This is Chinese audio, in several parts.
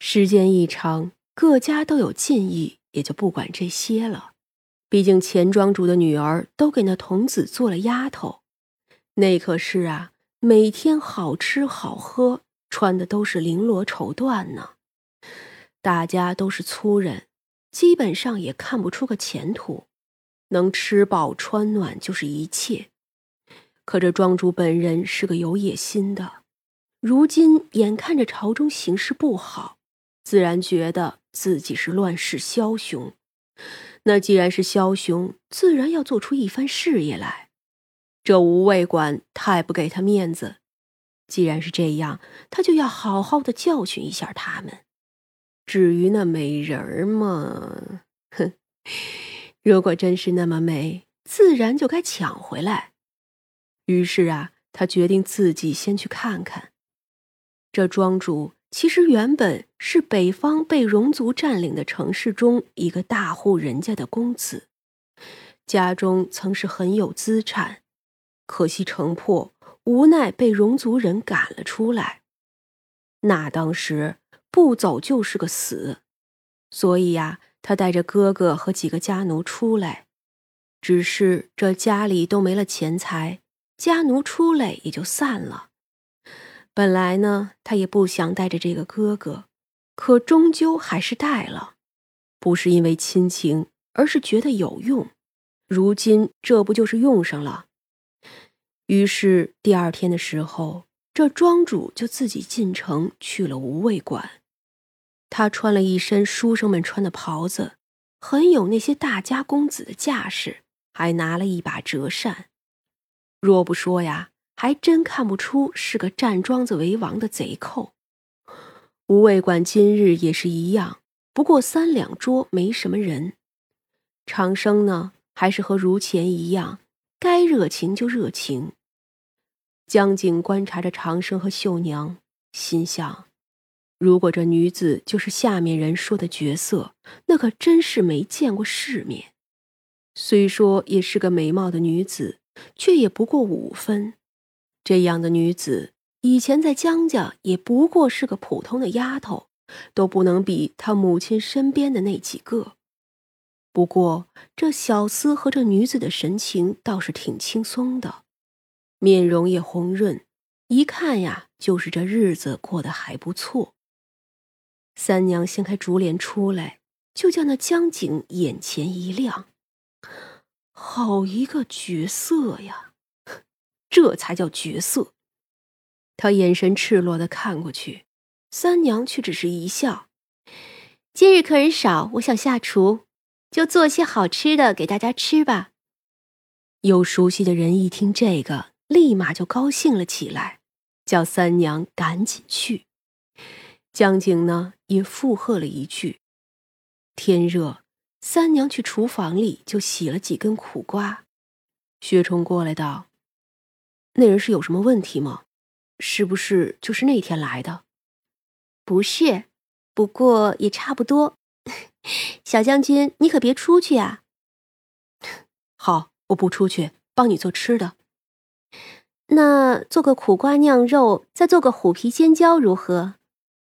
时间一长，各家都有进意，也就不管这些了。毕竟钱庄主的女儿都给那童子做了丫头，那可是啊，每天好吃好喝，穿的都是绫罗绸缎呢。大家都是粗人，基本上也看不出个前途，能吃饱穿暖就是一切。可这庄主本人是个有野心的，如今眼看着朝中形势不好，自然觉得自己是乱世枭雄。那既然是枭雄，自然要做出一番事业来。这无畏馆太不给他面子，既然是这样，他就要好好的教训一下他们。至于那美人儿嘛，哼，如果真是那么美，自然就该抢回来。于是啊，他决定自己先去看看。这庄主其实原本是北方被戎族占领的城市中一个大户人家的公子，家中曾是很有资产，可惜城破，无奈被戎族人赶了出来。那当时不走就是个死，所以呀，他带着哥哥和几个家奴出来。只是这家里都没了钱财，家奴出来也就散了。本来呢，他也不想带着这个哥哥，可终究还是带了，不是因为亲情，而是觉得有用。如今这不就是用上了？于是第二天的时候，这庄主就自己进城去了无畏馆。他穿了一身书生们穿的袍子，很有那些大家公子的架势，还拿了一把折扇。若不说呀，还真看不出是个占庄子为王的贼寇。无畏馆今日也是一样，不过3两桌没什么人。长生呢，还是和如前一样，该热情就热情。江景观察着长生和秀娘，心想，如果这女子就是下面人说的绝色，那可真是没见过世面。虽说也是个美貌的女子，却也不过5分。这样的女子，以前在江家也不过是个普通的丫头，都不能比她母亲身边的那几个。不过这小厮和这女子的神情倒是挺轻松的，面容也红润，一看呀，就是这日子过得还不错。三娘掀开竹帘出来，就叫那江景眼前一亮。好一个绝色呀！这才叫绝色。他眼神赤裸地看过去，三娘却只是一笑。今日客人少，我想下厨，就做些好吃的给大家吃吧。有熟悉的人一听这个，立马就高兴了起来，叫三娘赶紧去。江景呢，也附和了一句。天热，三娘去厨房里就洗了几根苦瓜。薛冲过来道：那人是有什么问题吗？是不是就是那天来的？不是，不过也差不多。小将军，你可别出去啊。好，我不出去，帮你做吃的。那做个苦瓜酿肉，再做个虎皮尖椒如何？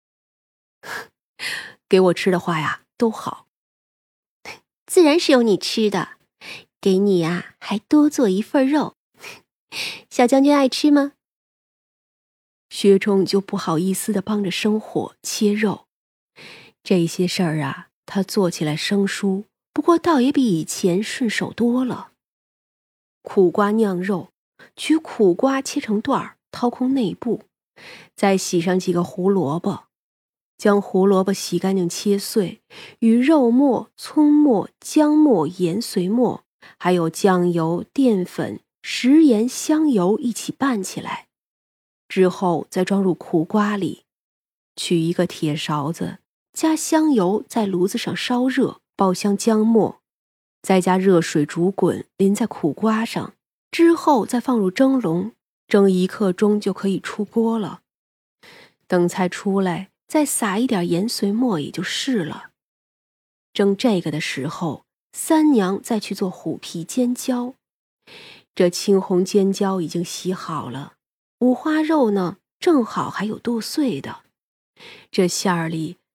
给我吃的话呀，都好。自然是有你吃的，给你呀，还多做一份肉。小将军爱吃吗？薛冲就不好意思地帮着生火切肉。这些事儿啊，他做起来生疏，不过倒也比以前顺手多了。苦瓜酿肉，取苦瓜切成段儿，掏空内部，再洗上几个胡萝卜，将胡萝卜洗干净切碎，与肉末、葱末、姜末、盐随末，还有酱油、淀粉、食盐、香油一起拌起来，之后再装入苦瓜里。取一个铁勺子，加香油在炉子上烧热，爆香姜末，再加热水煮滚，淋在苦瓜上，之后再放入蒸笼，蒸1刻钟就可以出锅了。等菜出来，再撒一点盐随末也就是了。蒸这个的时候，三娘再去做虎皮尖椒。这青红尖椒已经洗好了，五花肉呢，正好还有剁碎的。这馅儿里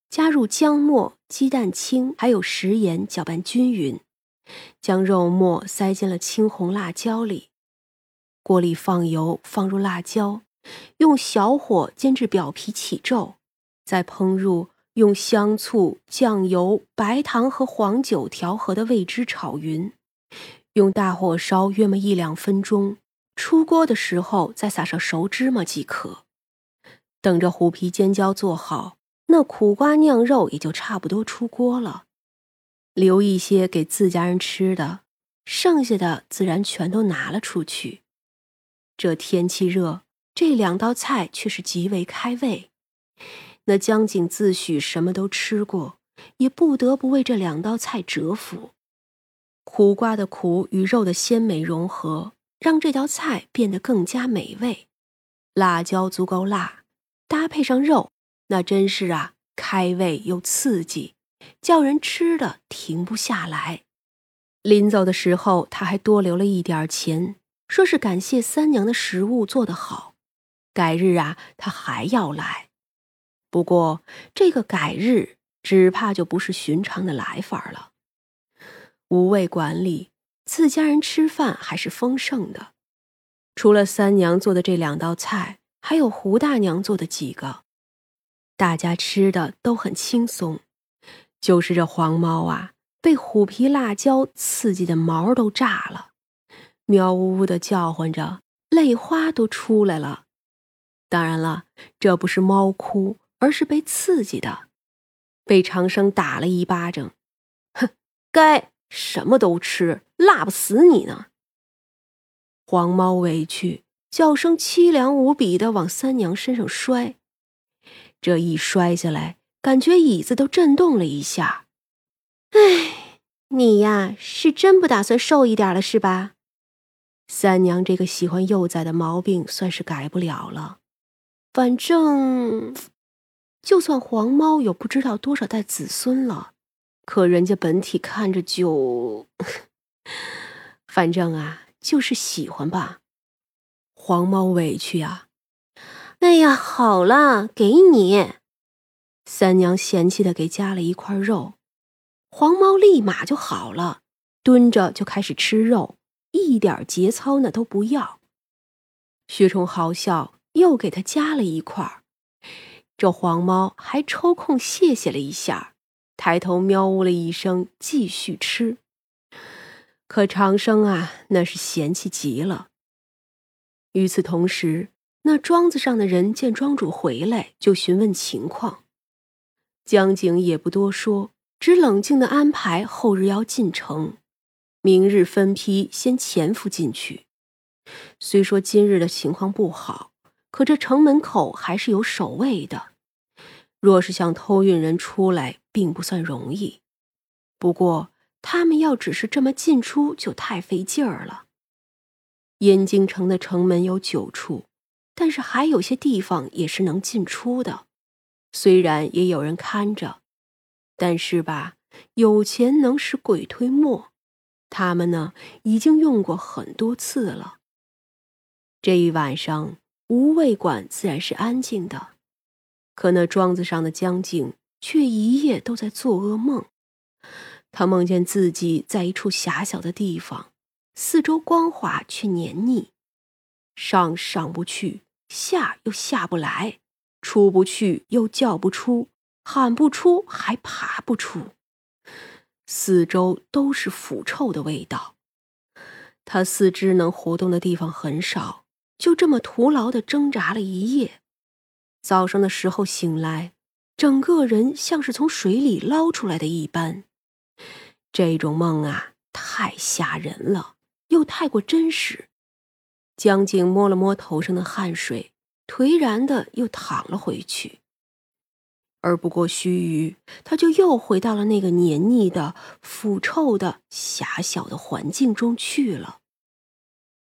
加入姜末、鸡蛋清还有食盐搅拌均匀，将肉末塞进了青红辣椒里。锅里放油，放入辣椒，用小火煎至表皮起皱，再烹入用香醋、酱油、白糖和黄酒调和的味汁炒匀，用大火烧约么1-2分钟，出锅的时候再撒上熟芝麻即可。等着虎皮尖椒做好，那苦瓜酿肉也就差不多出锅了。留一些给自家人吃的，剩下的自然全都拿了出去。这天气热，这2道菜却是极为开胃。那江景自诩什么都吃过，也不得不为这2道菜折服。苦瓜的苦与肉的鲜美融合，让这道菜变得更加美味。辣椒足够辣，搭配上肉，那真是开胃又刺激，叫人吃的停不下来。临走的时候，他还多留了一点钱，说是感谢三娘的食物做得好，改日他还要来。不过这个改日只怕就不是寻常的来法了。无味馆里，自家人吃饭还是丰盛的，除了三娘做的这2道菜，还有胡大娘做的几个，大家吃的都很轻松。就是这黄猫被虎皮辣椒刺激的毛都炸了，喵呜呜地叫唤着，泪花都出来了。当然了，这不是猫哭，而是被刺激的，被长生打了1巴掌。哼，该什么都吃，辣不死你呢。黄猫委屈，叫声凄凉无比地往三娘身上摔。这一摔下来，感觉椅子都震动了一下。哎，你是真不打算瘦一点了是吧？三娘这个喜欢幼崽的毛病算是改不了了。反正就算黄猫有不知道多少代子孙了，可人家本体看着就反正就是喜欢吧。黄猫委屈哎呀，好了，给你。三娘嫌弃的给夹了一块肉，黄猫立马就好了，蹲着就开始吃肉，一点节操呢都不要。薛冲好笑，又给他夹了一块。这黄猫还抽空谢谢了一下，抬头喵呜了一声，继续吃。可长生那是嫌弃极了。与此同时，那庄子上的人见庄主回来，就询问情况。江景也不多说，只冷静地安排后日要进城，明日分批先潜伏进去。虽说今日的情况不好，可这城门口还是有守卫的，若是想偷运人出来，并不算容易。不过他们要只是这么进出，就太费劲儿了。燕京城的城门有9处，但是还有些地方也是能进出的，虽然也有人看着，但是有钱能使鬼推磨，他们呢已经用过很多次了。这一晚上无味馆自然是安静的，可那庄子上的江景却一夜都在做噩梦。他梦见自己在一处狭小的地方，四周光滑却黏腻，上不去，下又下不来，出不去又叫不出，喊不出还爬不出，四周都是腐臭的味道。他四肢能活动的地方很少，就这么徒劳地挣扎了一夜。早上的时候醒来，整个人像是从水里捞出来的一般。这种梦太吓人了，又太过真实。江景摸了摸头上的汗水，颓然的又躺了回去。而不过须臾，他就又回到了那个黏腻的、腐臭的、狭小的环境中去了。